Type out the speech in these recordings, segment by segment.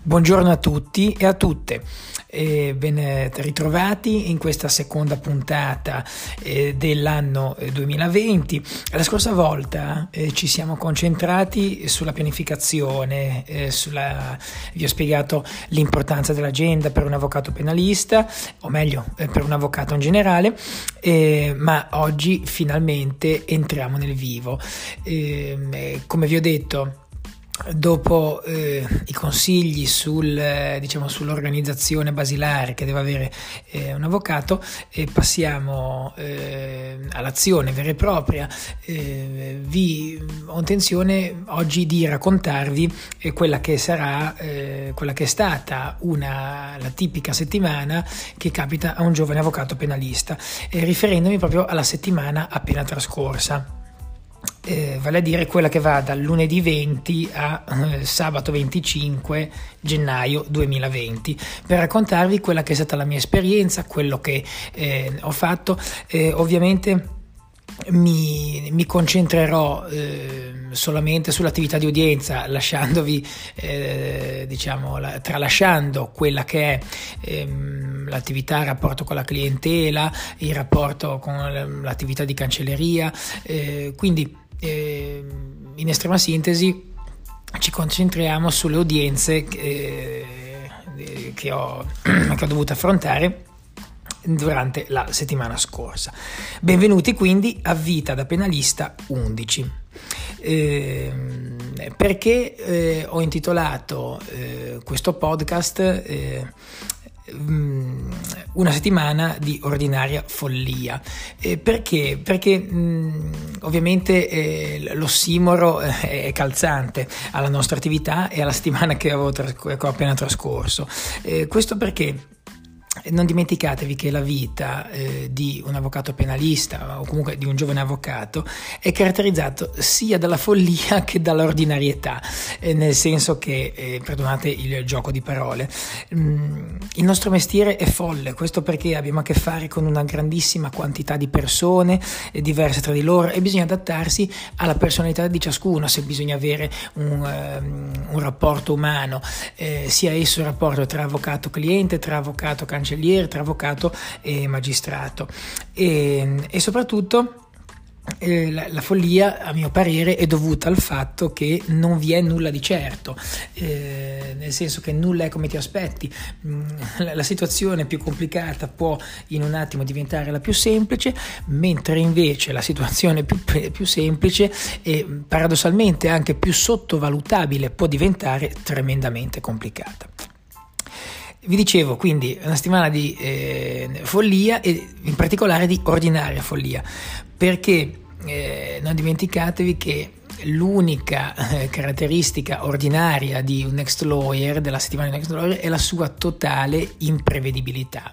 Buongiorno a tutti e a tutte, ben ritrovati in questa seconda puntata dell'anno 2020. La scorsa volta ci siamo concentrati sulla pianificazione, vi ho spiegato l'importanza dell'agenda per un avvocato penalista, o meglio per un avvocato in generale, ma oggi finalmente entriamo nel vivo. Come vi ho detto, dopo i consigli sull'organizzazione basilare che deve avere un avvocato, passiamo all'azione vera e propria. Ho intenzione oggi di raccontarvi quella che sarà, quella che è stata la tipica settimana che capita a un giovane avvocato penalista, riferendomi proprio alla settimana appena trascorsa. Vale a dire quella che va dal lunedì 20 a sabato 25 gennaio 2020, per raccontarvi quella che è stata la mia esperienza, quello che ho fatto. Ovviamente mi concentrerò solamente sull'attività di udienza, lasciandovi tralasciando quella che è l'attività, il rapporto con la clientela, il rapporto con l'attività di cancelleria, quindi in estrema sintesi ci concentriamo sulle udienze che ho dovuto affrontare durante la settimana scorsa. Benvenuti quindi a Vita da Penalista 11. Perché ho intitolato questo podcast una settimana di ordinaria follia? Perché ovviamente l'ossimoro è calzante alla nostra attività e alla settimana che ho appena trascorso. Questo perché non dimenticatevi che la vita di un avvocato penalista, o comunque di un giovane avvocato, è caratterizzato sia dalla follia che dall'ordinarietà, nel senso che, perdonate il gioco di parole, il nostro mestiere è folle. Questo perché abbiamo a che fare con una grandissima quantità di persone diverse tra di loro e bisogna adattarsi alla personalità di ciascuno, se bisogna avere un rapporto umano, sia esso il rapporto tra avvocato-cliente, tra avvocato-cancelliere, tra avvocato e magistrato, e soprattutto la follia, a mio parere, è dovuta al fatto che non vi è nulla di certo, nel senso che nulla è come ti aspetti. La situazione più complicata può in un attimo diventare la più semplice, mentre invece la situazione più semplice e paradossalmente anche più sottovalutabile può diventare tremendamente complicata. Vi dicevo quindi una settimana di follia, e in particolare di ordinaria follia, perché non dimenticatevi che l'unica caratteristica ordinaria di un next lawyer, della settimana di un next lawyer, è la sua totale imprevedibilità.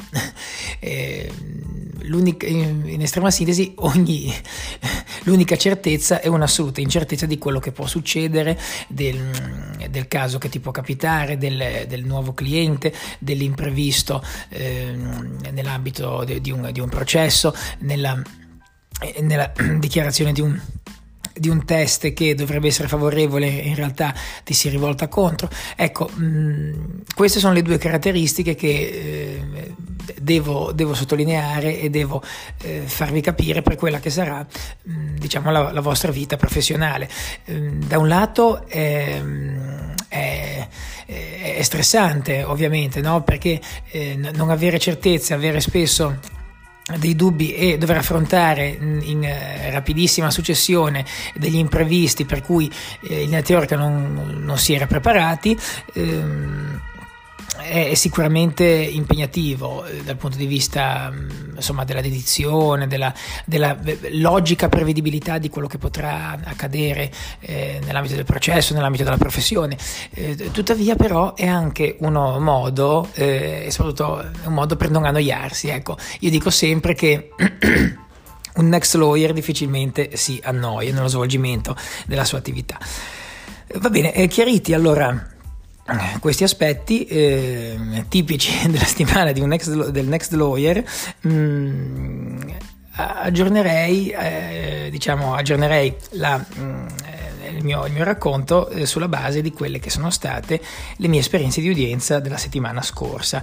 In estrema sintesi, l'unica certezza è un'assoluta incertezza di quello che può succedere, del caso che ti può capitare, del nuovo cliente, dell'imprevisto nell'ambito di un processo, nella dichiarazione di un test che dovrebbe essere favorevole, in realtà ti si rivolta contro. Ecco, queste sono le due caratteristiche che devo sottolineare e devo farvi capire per quella che sarà la vostra vita professionale. Da un lato è stressante, ovviamente, no? Perché non avere certezze, avere spesso dei dubbi e dover affrontare in rapidissima successione degli imprevisti per cui in teorica non si era preparati, è sicuramente impegnativo dal punto di vista della dedizione, della logica prevedibilità di quello che potrà accadere nell'ambito del processo, nell'ambito della professione. Tuttavia però è anche un modo e soprattutto un modo per non annoiarsi. Ecco, io dico sempre che un next lawyer difficilmente si annoia nello svolgimento della sua attività. Va bene, chiariti allora questi aspetti tipici della settimana del next lawyer, aggiornerei il mio racconto sulla base di quelle che sono state le mie esperienze di udienza della settimana scorsa,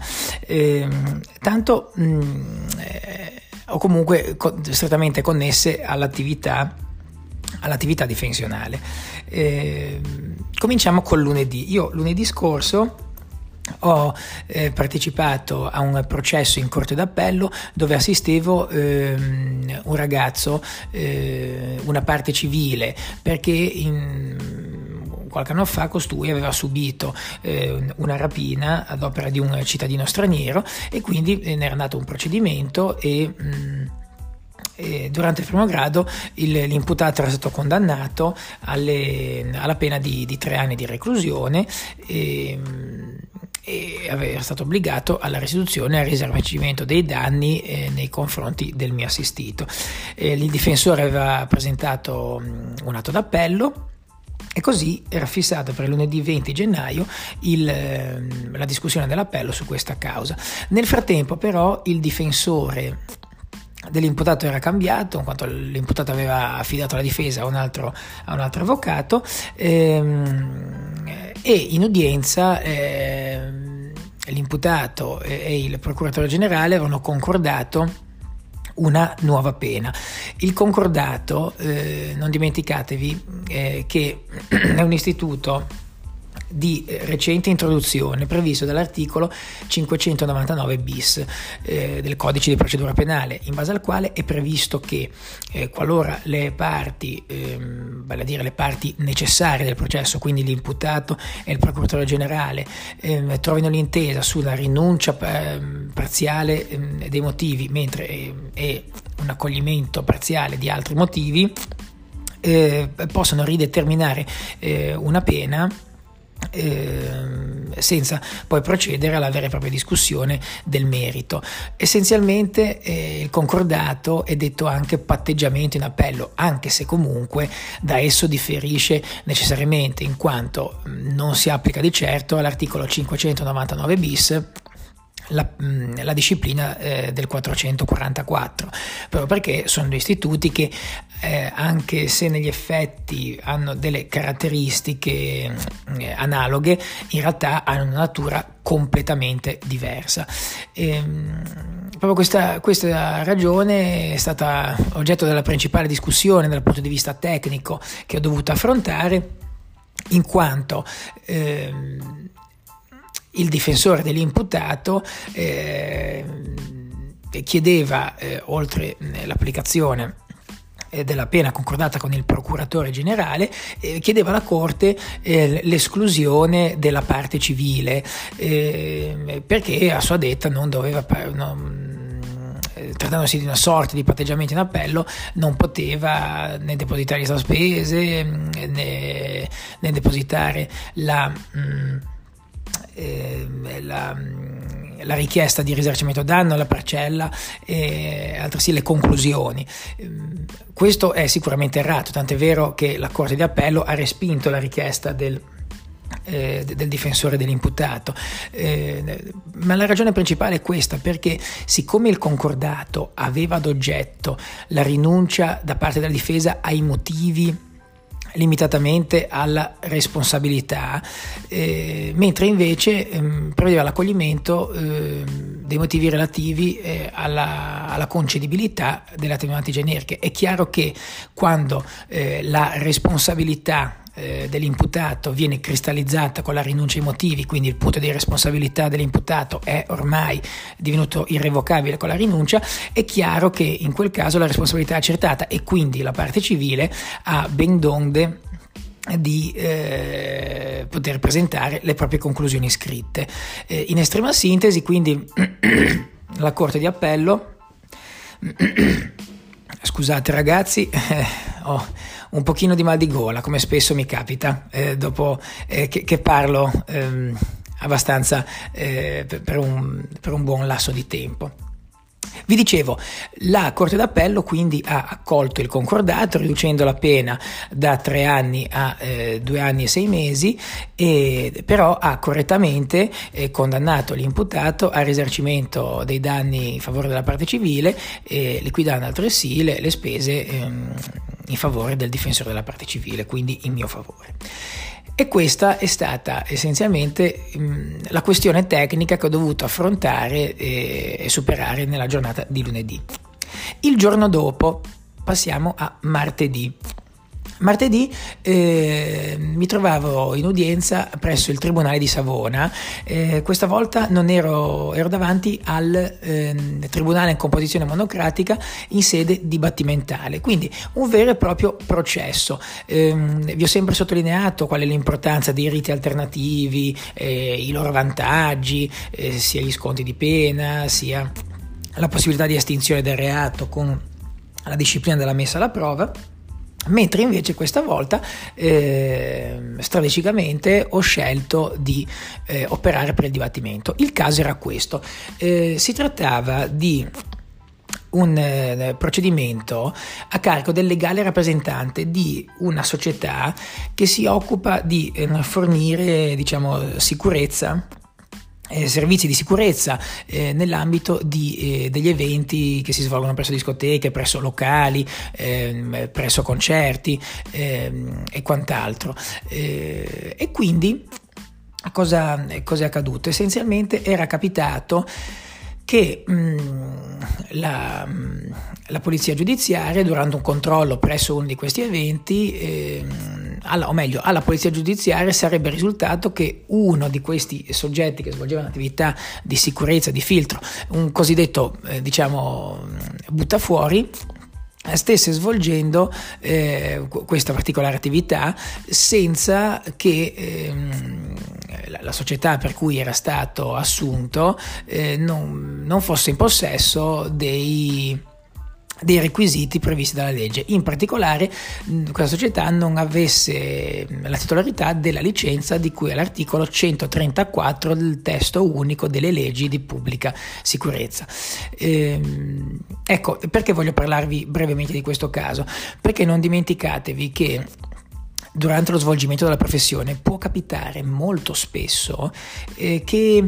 o comunque strettamente connesse all'attività difensionale. Cominciamo col lunedì. Io lunedì scorso ho partecipato a un processo in corte d'appello dove assistevo un ragazzo, una parte civile, perché qualche anno fa costui aveva subito una rapina ad opera di un cittadino straniero, e quindi ne era nato un procedimento e durante il primo grado l'imputato era stato condannato alla pena di 3 anni di reclusione e era stato obbligato alla restituzione e al risarcimento dei danni nei confronti del mio assistito. Il difensore aveva presentato un atto d'appello e così era fissato per il lunedì 20 gennaio la discussione dell'appello su questa causa. Nel frattempo però il difensore dell'imputato era cambiato, in quanto l'imputato aveva affidato la difesa a un altro avvocato, e in udienza l'imputato e il procuratore generale avevano concordato una nuova pena. Il concordato, non dimenticatevi che è un istituto di recente introduzione previsto dall'articolo 599 bis del codice di procedura penale, in base al quale è previsto che qualora le parti, vale a dire le parti necessarie del processo, quindi l'imputato e il procuratore generale, trovino l'intesa sulla rinuncia parziale dei motivi, mentre è un accoglimento parziale di altri motivi, possono rideterminare una pena senza poi procedere alla vera e propria discussione del merito. Essenzialmente il concordato è detto anche patteggiamento in appello, anche se comunque da esso differisce necessariamente, in quanto non si applica di certo all'articolo 599 bis la disciplina del 444, proprio perché sono due istituti che anche se negli effetti hanno delle caratteristiche analoghe, in realtà hanno una natura completamente diversa. Proprio questa ragione è stata oggetto della principale discussione dal punto di vista tecnico che ho dovuto affrontare, in quanto il difensore dell'imputato chiedeva, oltre l'applicazione della pena concordata con il procuratore generale, chiedeva alla Corte l'esclusione della parte civile, perché a sua detta non doveva, trattandosi di una sorta di patteggiamento in appello, non poteva né depositare le spese né depositare la richiesta di risarcimento danno alla parcella e altresì le conclusioni. Questo è sicuramente errato, tant'è vero che la Corte di Appello ha respinto la richiesta del difensore dell'imputato, ma la ragione principale è questa, perché siccome il concordato aveva ad oggetto la rinuncia da parte della difesa ai motivi limitatamente alla responsabilità, mentre invece prevedeva l'accoglimento dei motivi relativi alla concedibilità delle attenuanti generiche. È chiaro che quando la responsabilità dell'imputato viene cristallizzata con la rinuncia ai motivi, quindi il punto di responsabilità dell'imputato è ormai divenuto irrevocabile con la rinuncia, è chiaro che in quel caso la responsabilità è accertata e quindi la parte civile ha ben donde di poter presentare le proprie conclusioni scritte. In estrema sintesi, quindi, la Corte di Appello scusate ragazzi, ho un pochino di mal di gola, come spesso mi capita dopo che parlo abbastanza per un buon lasso di tempo. Vi dicevo, la Corte d'Appello quindi ha accolto il concordato, riducendo la pena da 3 anni a 2 anni e 6 mesi, e però ha correttamente condannato l'imputato al risarcimento dei danni in favore della parte civile, liquidando altresì le spese in favore del difensore della parte civile, quindi in mio favore. E questa è stata essenzialmente la questione tecnica che ho dovuto affrontare e superare nella giornata di lunedì. Il giorno dopo passiamo a martedì. Martedì mi trovavo in udienza presso il Tribunale di Savona. Questa volta ero davanti al Tribunale in composizione monocratica in sede dibattimentale, quindi un vero e proprio processo. Vi ho sempre sottolineato qual è l'importanza dei riti alternativi, i loro vantaggi, sia gli sconti di pena, sia la possibilità di estinzione del reato con la disciplina della messa alla prova. Mentre invece questa volta strategicamente ho scelto di operare per il dibattimento. Il caso era questo: si trattava di un procedimento a carico del legale rappresentante di una società che si occupa di fornire, sicurezza, servizi di sicurezza nell'ambito degli eventi che si svolgono presso discoteche, presso locali, presso concerti e quant'altro. E quindi cosa è accaduto? Essenzialmente era capitato che la polizia giudiziaria, durante un controllo presso uno di questi eventi, alla polizia giudiziaria sarebbe risultato che uno di questi soggetti che svolgevano attività di sicurezza, di filtro, un cosiddetto buttafuori, stesse svolgendo questa particolare attività senza che la società per cui era stato assunto non fosse in possesso dei requisiti previsti dalla legge. In particolare questa società non avesse la titolarità della licenza di cui all'articolo 134 del testo unico delle leggi di pubblica sicurezza. Ecco, perché voglio parlarvi brevemente di questo caso? Perché non dimenticatevi che durante lo svolgimento della professione può capitare molto spesso che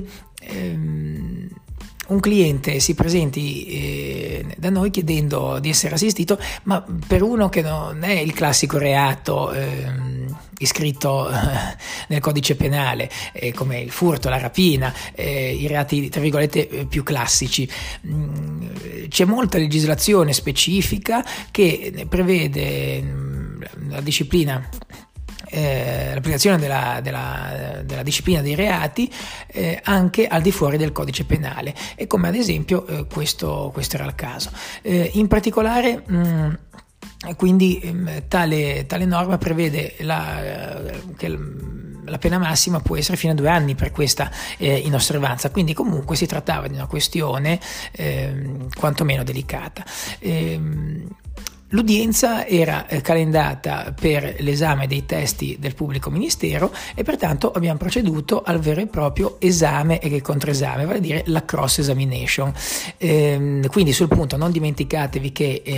un cliente si presenti da noi chiedendo di essere assistito, ma per uno che non è il classico reato iscritto nel codice penale, come il furto, la rapina, i reati tra virgolette più classici. C'è molta legislazione specifica che prevede la disciplina, l'applicazione della disciplina dei reati anche al di fuori del codice penale, e come ad esempio questo era il caso. In particolare quindi tale norma prevede che la pena massima può essere fino a 2 anni per questa inosservanza, quindi comunque si trattava di una questione quantomeno delicata. L'udienza era calendata per l'esame dei testi del pubblico ministero e pertanto abbiamo proceduto al vero e proprio esame e controesame, vale a dire la cross examination. Quindi sul punto non dimenticatevi che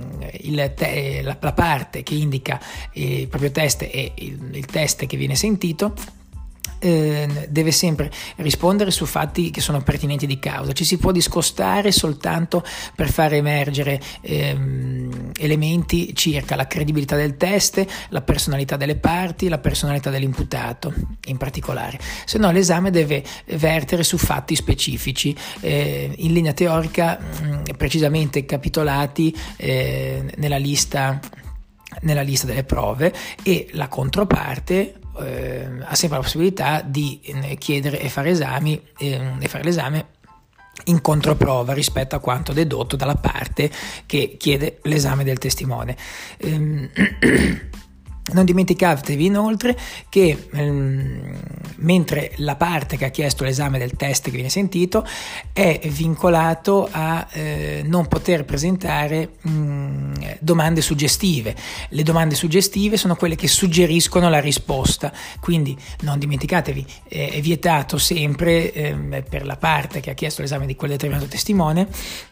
la parte che indica il proprio test e il test che viene sentito deve sempre rispondere su fatti che sono pertinenti di causa. Ci si può discostare soltanto per far emergere elementi circa la credibilità del test, la personalità delle parti, la personalità dell'imputato in particolare, se no l'esame deve vertere su fatti specifici, in linea teorica precisamente capitolati nella lista delle prove, e la controparte ha sempre la possibilità di chiedere e fare l'esame in controprova rispetto a quanto dedotto dalla parte che chiede l'esame del testimone. Non dimenticatevi inoltre che mentre la parte che ha chiesto l'esame del test che viene sentito è vincolato a non poter presentare domande suggestive. Le domande suggestive sono quelle che suggeriscono la risposta, quindi non dimenticatevi, è vietato sempre per la parte che ha chiesto l'esame di quel determinato testimone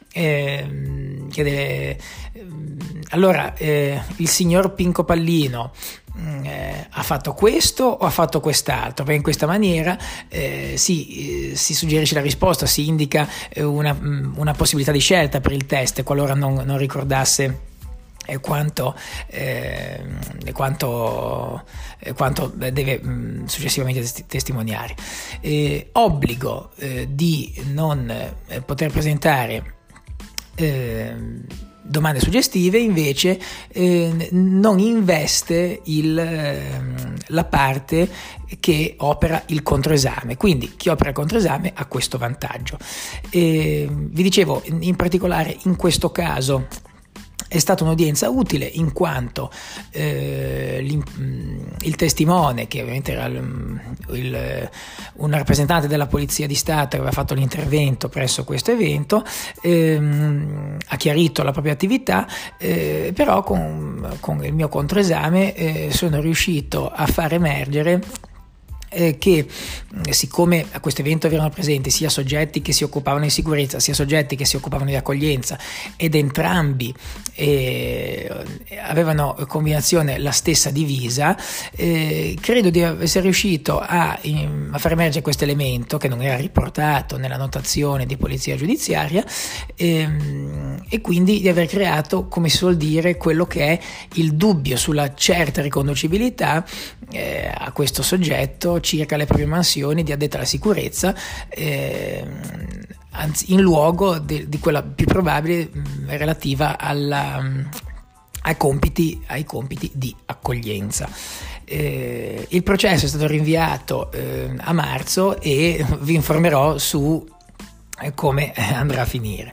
allora il signor Pinco Pallino ha fatto questo o ha fatto quest'altro, perché in questa maniera si suggerisce la risposta, si indica una possibilità di scelta per il test qualora non ricordasse quanto deve successivamente testimoniare. Obbligo di non poter presentare domande suggestive invece non investe la parte che opera il controesame, quindi chi opera il controesame ha questo vantaggio. Vi dicevo, in particolare in questo caso è stata un'udienza utile in quanto il testimone, che ovviamente era un rappresentante della Polizia di Stato che aveva fatto l'intervento presso questo evento, ha chiarito la propria attività, però con il mio controesame sono riuscito a far emergere che siccome a questo evento erano presenti sia soggetti che si occupavano di sicurezza sia soggetti che si occupavano di accoglienza ed entrambi avevano combinazione la stessa divisa, credo di essere riuscito a far emergere questo elemento che non era riportato nella notazione di polizia giudiziaria, e quindi di aver creato, come si suol dire, quello che è il dubbio sulla certa riconducibilità a questo soggetto circa le proprie mansioni di addetto alla sicurezza, anzi in luogo di quella più probabile relativa ai compiti di accoglienza. Il processo è stato rinviato a marzo e vi informerò su come andrà a finire.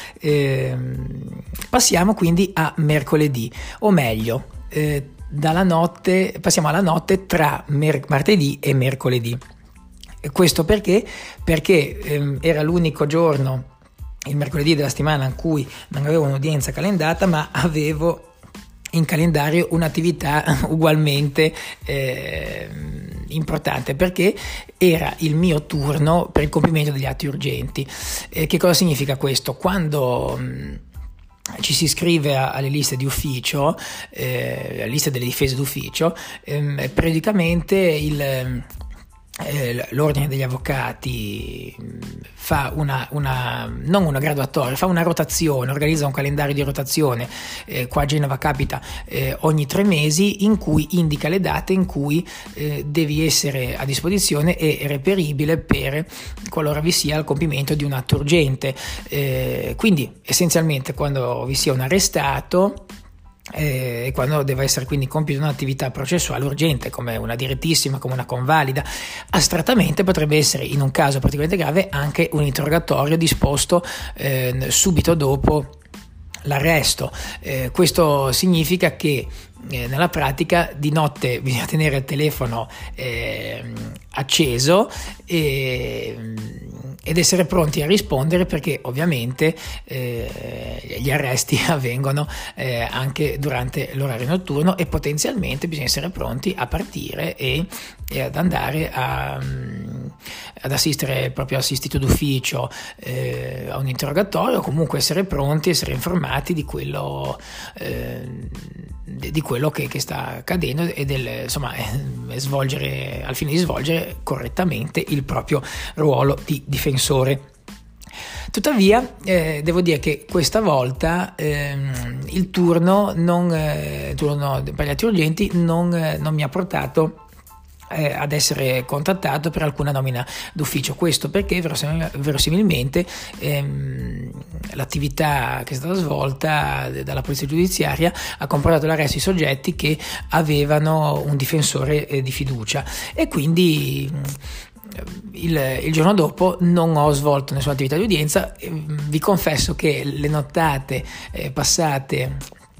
Passiamo quindi a mercoledì, o meglio passiamo alla notte tra martedì e mercoledì. Questo perché era l'unico giorno, il mercoledì della settimana, in cui non avevo un'udienza calendata, ma avevo in calendario un'attività ugualmente importante, perché era il mio turno per il compimento degli atti urgenti. Che cosa significa questo? Quando ci si iscrive alle liste di ufficio, alle liste delle difese d'ufficio, periodicamente l'ordine degli avvocati fa non una graduatoria, fa una rotazione, organizza un calendario di rotazione, qua a Genova capita ogni 3 mesi, in cui indica le date in cui devi essere a disposizione e reperibile per qualora vi sia il compimento di un atto urgente, quindi essenzialmente quando vi sia un arrestato e quando deve essere quindi compiuta un'attività processuale urgente, come una direttissima, come una convalida. Astrattamente potrebbe essere, in un caso particolarmente grave, anche un interrogatorio disposto subito dopo l'arresto. Questo significa che nella pratica di notte bisogna tenere il telefono acceso ed essere pronti a rispondere, perché ovviamente gli arresti avvengono anche durante l'orario notturno e potenzialmente bisogna essere pronti a partire e ad andare ad assistere proprio all'istituto d'ufficio a un interrogatorio, o comunque essere pronti, essere informati di quello che sta accadendo e svolgere, al fine di svolgere correttamente il proprio ruolo di difensore. Tuttavia devo dire che questa volta il turno per gli atti urgenti non mi ha portato ad essere contattato per alcuna nomina d'ufficio. Questo perché verosimilmente l'attività che è stata svolta dalla polizia giudiziaria ha comportato l'arresto di soggetti che avevano un difensore di fiducia, e quindi il giorno dopo non ho svolto nessuna attività di udienza. Vi confesso che le nottate passate,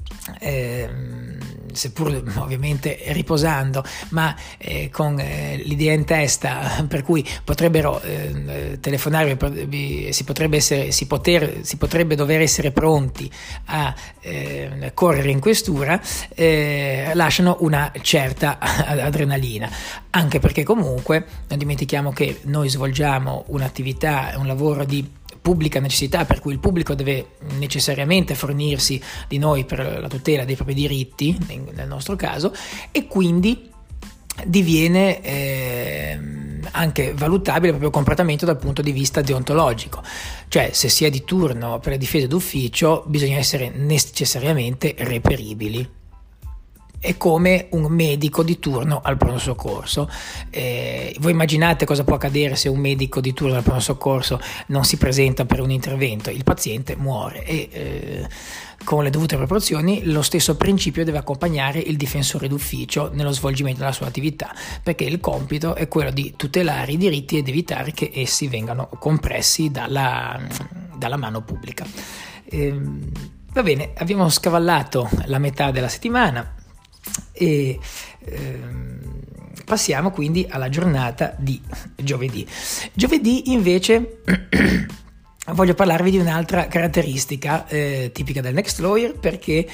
seppur ovviamente riposando, ma con l'idea in testa per cui potrebbero telefonare, si potrebbe dover essere pronti a correre in questura, lasciano una certa adrenalina, anche perché comunque non dimentichiamo che noi svolgiamo un'attività, un lavoro di pubblica necessità, per cui il pubblico deve necessariamente fornirsi di noi per la tutela dei propri diritti, nel nostro caso, e quindi diviene anche valutabile il proprio comportamento dal punto di vista deontologico, cioè se si è di turno per le difese d'ufficio bisogna essere necessariamente reperibili. È come un medico di turno al pronto soccorso. Voi immaginate cosa può accadere se un medico di turno al pronto soccorso non si presenta per un intervento? Il paziente muore e con le dovute proporzioni lo stesso principio deve accompagnare il difensore d'ufficio nello svolgimento della sua attività, perché il compito è quello di tutelare i diritti ed evitare che essi vengano compressi dalla mano pubblica. Va bene, abbiamo scavallato la metà della settimana e passiamo quindi alla giornata di giovedì. Giovedì invece voglio parlarvi di un'altra caratteristica tipica del Next Lawyer, perché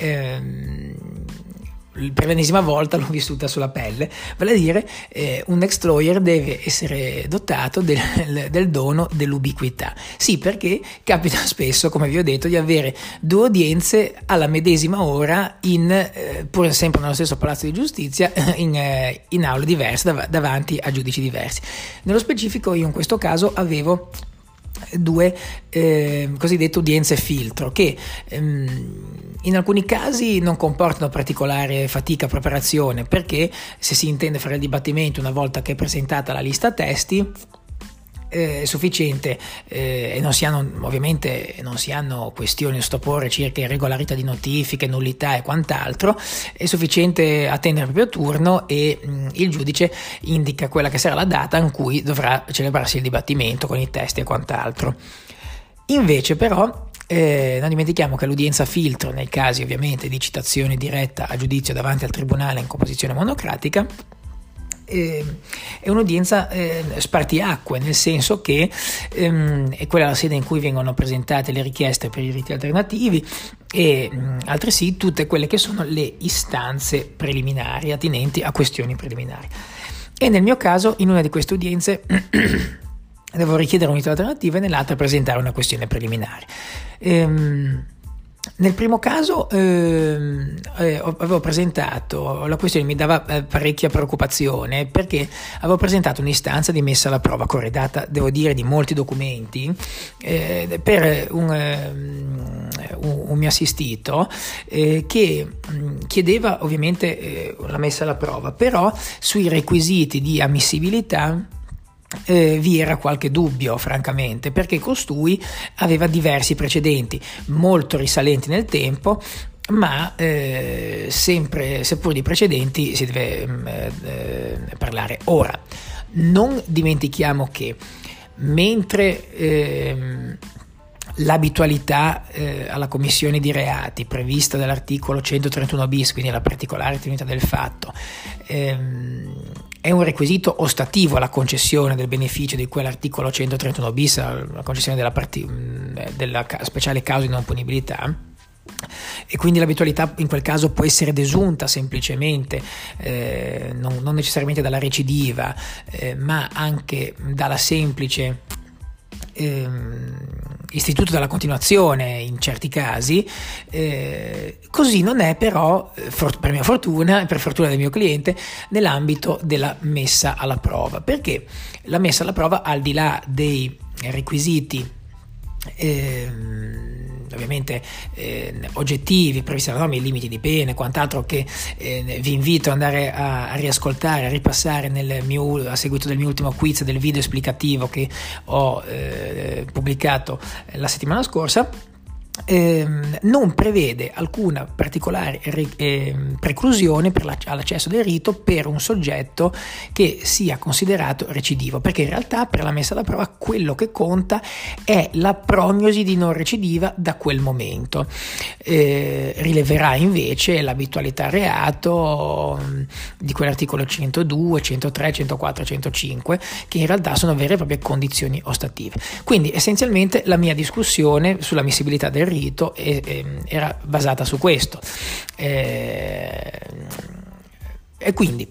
per l'ennesima volta l'ho vissuta sulla pelle, vale a dire un Next Lawyer deve essere dotato del dono dell'ubiquità. Sì, perché capita spesso, come vi ho detto, di avere due udienze alla medesima ora pur sempre nello stesso palazzo di giustizia, in aule diverse, davanti a giudici diversi. Nello specifico io in questo caso avevo due cosiddette udienze filtro che in alcuni casi non comportano particolare fatica o preparazione, perché se si intende fare il dibattimento una volta che è presentata la lista testi è sufficiente e non si hanno questioni da sottoporre circa irregolarità di notifiche, nullità e quant'altro. È sufficiente attendere il proprio turno e il giudice indica quella che sarà la data in cui dovrà celebrarsi il dibattimento con i testi e quant'altro. Invece però non dimentichiamo che l'udienza filtro, nei casi ovviamente di citazione diretta a giudizio davanti al tribunale in composizione monocratica, è un'udienza spartiacque, nel senso che è quella la sede in cui vengono presentate le richieste per i riti alternativi e altresì tutte quelle che sono le istanze preliminari attinenti a questioni preliminari. E nel mio caso, in una di queste udienze devo richiedere un'unità alternativa e nell'altra presentare una questione preliminare. Nel primo caso avevo presentato, la questione mi dava parecchia preoccupazione, perché avevo presentato un'istanza di messa alla prova corredata, devo dire, di molti documenti per un mio assistito che chiedeva ovviamente la messa alla prova, però sui requisiti di ammissibilità vi era qualche dubbio, francamente, perché costui aveva diversi precedenti molto risalenti nel tempo, ma sempre, seppur di precedenti, si deve parlare. Ora, non dimentichiamo che mentre l'abitualità alla commissione di reati prevista dall'articolo 131 bis, quindi la particolare tenuità del fatto, è un requisito ostativo alla concessione del beneficio di quell'articolo 131 bis, la concessione della speciale causa di non punibilità, e quindi l'abitualità in quel caso può essere desunta semplicemente, non necessariamente dalla recidiva, ma anche dalla semplice istituto della continuazione in certi casi. Così non è però, per mia fortuna e per fortuna del mio cliente, nell'ambito della messa alla prova, perché la messa alla prova, al di là dei requisiti ovviamente oggettivi previsti dalla norma, i limiti di pena e quant'altro, che vi invito ad andare a riascoltare, a ripassare a seguito del mio ultimo quiz, del video esplicativo che ho pubblicato la settimana scorsa. Non prevede alcuna particolare preclusione all'accesso del rito per un soggetto che sia considerato recidivo, perché in realtà per la messa alla prova quello che conta è la prognosi di non recidiva da quel momento. Rileverà invece l'abitualità al reato di quell'articolo 102, 103, 104, 105, che in realtà sono vere e proprie condizioni ostative. Quindi essenzialmente la mia discussione sull'ammissibilità del rito era basata su questo, e quindi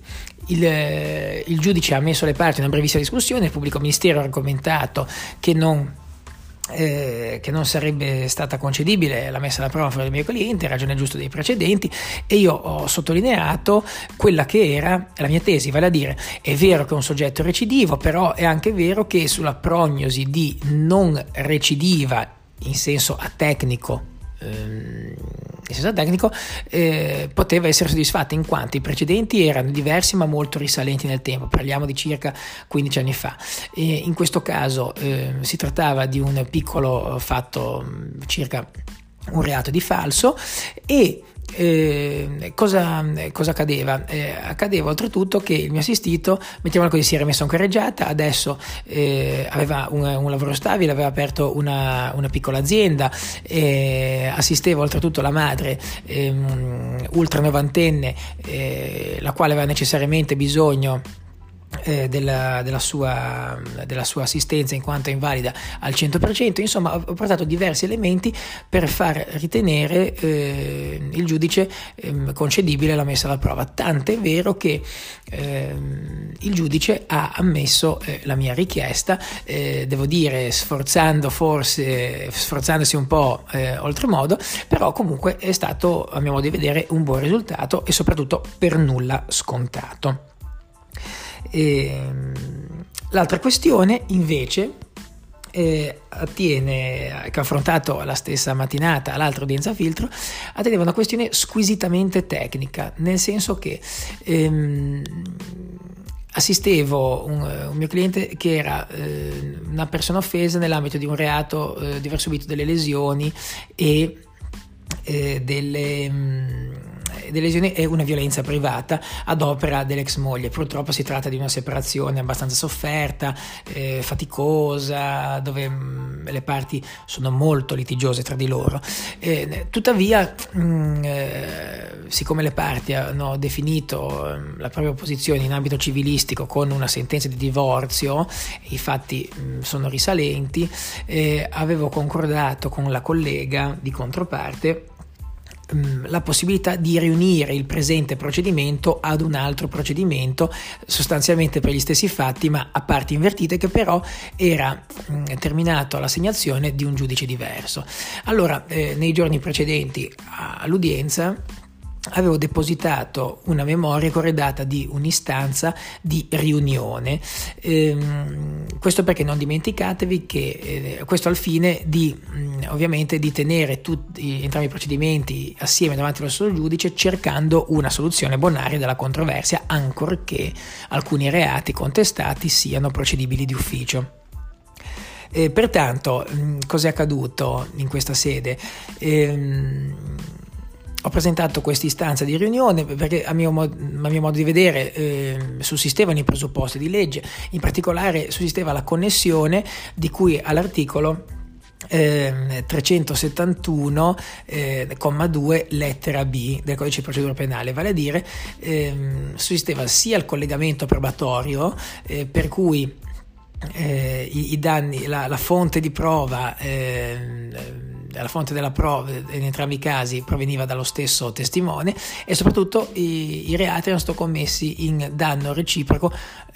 il giudice ha messo le parti in una brevissima discussione, il pubblico ministero ha argomentato che non che non sarebbe stata concedibile la messa alla prova fuori dal mio cliente, ragione giusta dei precedenti, e io ho sottolineato quella che era la mia tesi, vale a dire: è vero che è un soggetto recidivo, però è anche vero che sulla prognosi di non recidiva in senso atecnico poteva essere soddisfatta, in quanto i precedenti erano diversi ma molto risalenti nel tempo, parliamo di circa 15 anni fa. In questo caso si trattava di un piccolo fatto, circa un reato di falso, e cosa accadeva? Accadeva oltretutto che il mio assistito, mettiamola così, si era messo in carreggiata, adesso aveva un lavoro stabile, aveva aperto una piccola azienda, assisteva oltretutto la madre ultra novantenne, la quale aveva necessariamente bisogno della sua assistenza in quanto invalida al 100%. Insomma, ho portato diversi elementi per far ritenere il giudice concedibile la messa alla prova, tant'è vero che il giudice ha ammesso la mia richiesta, devo dire sforzandosi un po' oltremodo, però comunque è stato, a mio modo di vedere, un buon risultato e soprattutto per nulla scontato. L'altra questione invece attiene, che ho affrontato la stessa mattinata all'altra udienza filtro, atteneva a una questione squisitamente tecnica, nel senso che assistevo un mio cliente che era una persona offesa nell'ambito di un reato di aver subito delle lesioni e delle lesioni e una violenza privata ad opera dell'ex moglie. Purtroppo si tratta di una separazione abbastanza sofferta, faticosa, dove le parti sono molto litigiose tra di loro. Tuttavia, siccome le parti hanno definito la propria posizione in ambito civilistico con una sentenza di divorzio, i fatti sono risalenti, avevo concordato con la collega di controparte la possibilità di riunire il presente procedimento ad un altro procedimento sostanzialmente per gli stessi fatti ma a parti invertite, che però era terminato all'assegnazione di un giudice diverso. Allora, nei giorni precedenti all'udienza avevo depositato una memoria corredata di un'istanza di riunione, questo perché non dimenticatevi che questo al fine di ovviamente di tenere entrambi i procedimenti assieme davanti allo stesso giudice, cercando una soluzione bonaria della controversia, ancorché alcuni reati contestati siano procedibili di ufficio. Pertanto, cos'è accaduto in questa sede? Ho presentato questa istanza di riunione perché a mio modo di vedere sussistevano i presupposti di legge, in particolare sussisteva la connessione di cui all'articolo 371 comma 2 lettera B del codice di procedura penale, vale a dire sussisteva sia il collegamento probatorio per cui i danni, la fonte di prova, la fonte della prova in entrambi i casi proveniva dallo stesso testimone, e soprattutto i reati erano stati commessi in danno reciproco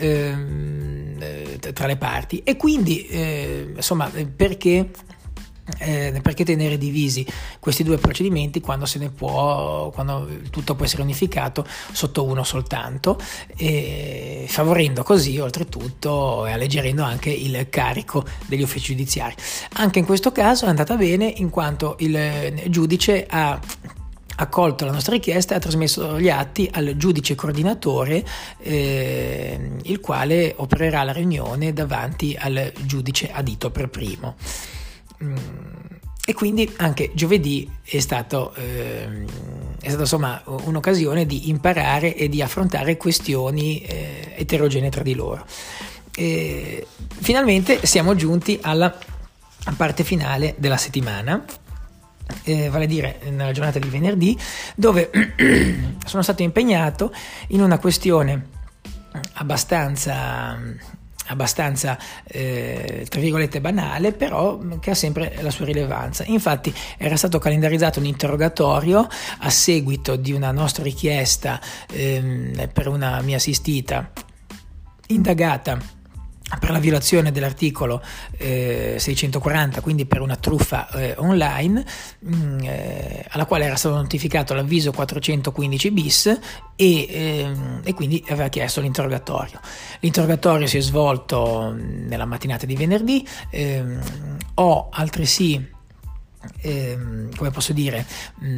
tra le parti, e quindi insomma perché tenere divisi questi due procedimenti quando tutto può essere unificato sotto uno soltanto, favorendo così oltretutto e alleggerendo anche il carico degli uffici giudiziari. Anche in questo caso è andata bene, in quanto il giudice ha accolto la nostra richiesta e ha trasmesso gli atti al giudice coordinatore, il quale opererà la riunione davanti al giudice adito per primo. E quindi anche giovedì è stata insomma un'occasione di imparare e di affrontare questioni eterogenee tra di loro. Finalmente siamo giunti alla parte finale della settimana, vale a dire nella giornata di venerdì, dove sono stato impegnato in una questione abbastanza tra virgolette banale, però che ha sempre la sua rilevanza. Infatti era stato calendarizzato un interrogatorio a seguito di una nostra richiesta per una mia assistita indagata per la violazione dell'articolo 640, quindi per una truffa online, alla quale era stato notificato l'avviso 415 bis e quindi aveva chiesto l'interrogatorio. L'interrogatorio si è svolto nella mattinata di venerdì. Ho altresì, come posso dire,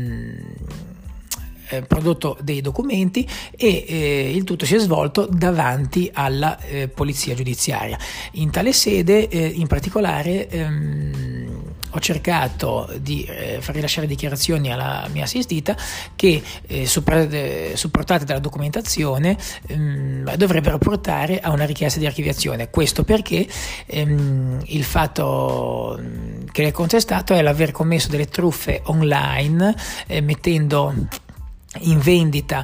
prodotto dei documenti e il tutto si è svolto davanti alla polizia giudiziaria. In tale sede in particolare ho cercato di far rilasciare dichiarazioni alla mia assistita che supportate dalla documentazione dovrebbero portare a una richiesta di archiviazione. Questo perché il fatto che le è contestato è l'aver commesso delle truffe online mettendo in vendita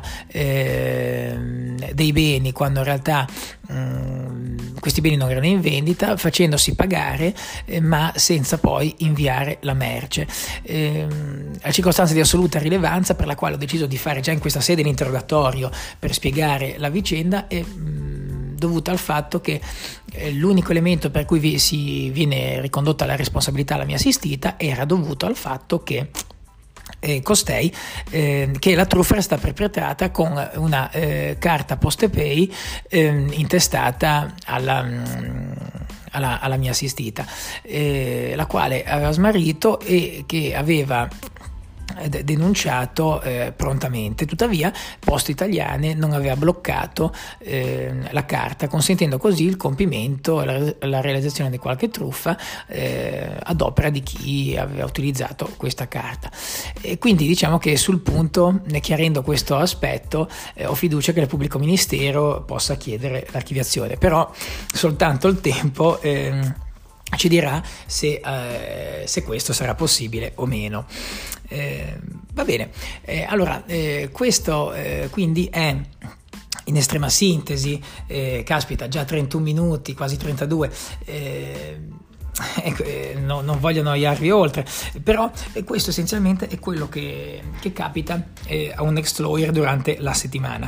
dei beni quando in realtà questi beni non erano in vendita, facendosi pagare ma senza poi inviare la merce. La circostanza di assoluta rilevanza, per la quale ho deciso di fare già in questa sede l'interrogatorio per spiegare la vicenda, è dovuta al fatto che l'unico elemento per cui si viene ricondotta la responsabilità alla mia assistita era dovuto al fatto che costei che la truffa era stata perpetrata con una carta PostePay intestata alla mia assistita, la quale aveva smarrito e che aveva denunciato prontamente. Tuttavia Poste Italiane non aveva bloccato la carta, consentendo così il compimento e la realizzazione di qualche truffa ad opera di chi aveva utilizzato questa carta. E quindi diciamo che sul punto, chiarendo questo aspetto, ho fiducia che il pubblico ministero possa chiedere l'archiviazione, però soltanto il tempo ci dirà se questo sarà possibile o meno. Va bene, allora questo quindi è in estrema sintesi, caspita, già 31 minuti, quasi 32, non voglio annoiarvi oltre, però questo essenzialmente è quello che capita a un ex lawyer durante la settimana.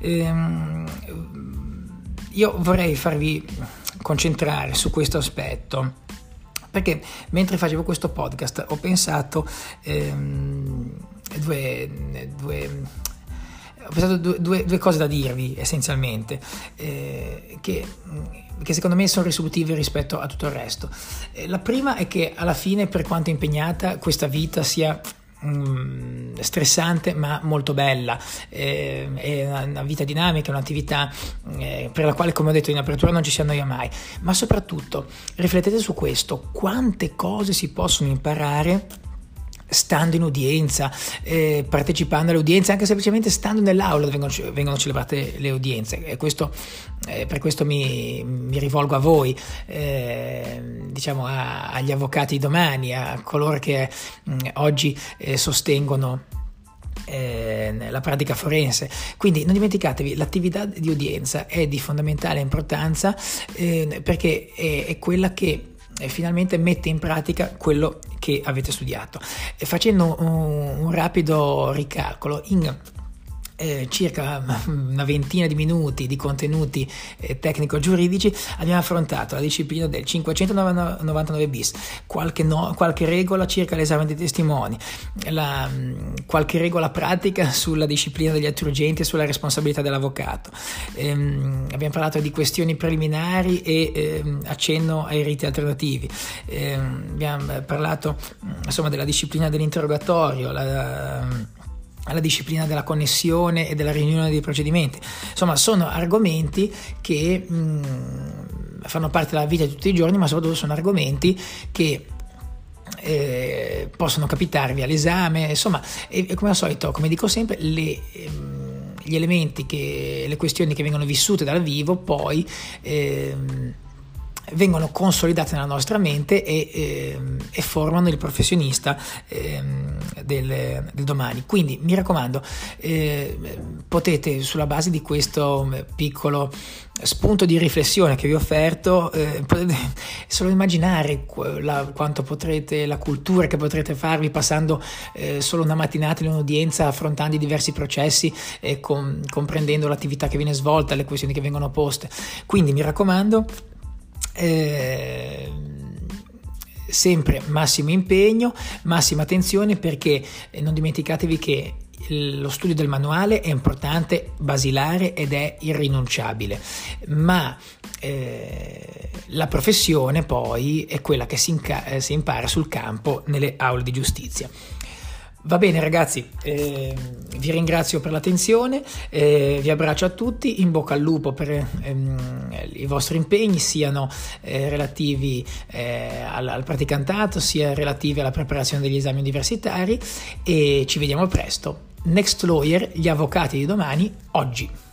Io vorrei farvi concentrare su questo aspetto, perché mentre facevo questo podcast ho pensato due cose da dirvi essenzialmente, che secondo me sono risolutive rispetto a tutto il resto. La prima è che alla fine, per quanto impegnata questa vita sia stressante ma molto bella, è una vita dinamica, un'attività per la quale, come ho detto in apertura, non ci si annoia mai, ma soprattutto riflettete su questo: quante cose si possono imparare stando in udienza, partecipando alle udienze, anche semplicemente stando nell'aula dove vengono celebrate le udienze. E questo, per questo mi rivolgo a voi, diciamo agli avvocati domani, a coloro che oggi sostengono la pratica forense. Quindi non dimenticatevi, l'attività di udienza è di fondamentale importanza, perché è quella che finalmente mette in pratica quello che avete studiato. Facendo un rapido ricalcolo, in circa una ventina di minuti di contenuti tecnico-giuridici abbiamo affrontato la disciplina del 599 bis, qualche regola circa l'esame dei testimoni, qualche regola pratica sulla disciplina degli atti urgenti e sulla responsabilità dell'avvocato. Abbiamo parlato di questioni preliminari e accenno ai riti alternativi. Abbiamo parlato insomma della disciplina dell'interrogatorio, alla disciplina della connessione e della riunione dei procedimenti. Insomma, sono argomenti che fanno parte della vita di tutti i giorni, ma soprattutto sono argomenti che possono capitarvi all'esame. Insomma, e come al solito, come dico sempre, gli elementi, le questioni che vengono vissute dal vivo poi vengono consolidate nella nostra mente e formano il professionista del domani. Quindi mi raccomando, potete, sulla base di questo piccolo spunto di riflessione che vi ho offerto, potete solo immaginare la cultura che potrete farvi passando solo una mattinata in un'udienza, affrontando i diversi processi e comprendendo l'attività che viene svolta, le questioni che vengono poste. Quindi mi raccomando, sempre massimo impegno, massima attenzione, perché non dimenticatevi che lo studio del manuale è importante, basilare ed è irrinunciabile, ma la professione poi è quella che si impara sul campo nelle aule di giustizia. Va bene ragazzi, vi ringrazio per l'attenzione, vi abbraccio a tutti, in bocca al lupo per i vostri impegni, siano relativi al praticantato, sia relativi alla preparazione degli esami universitari, e ci vediamo presto. Next Lawyer, gli avvocati di domani, oggi.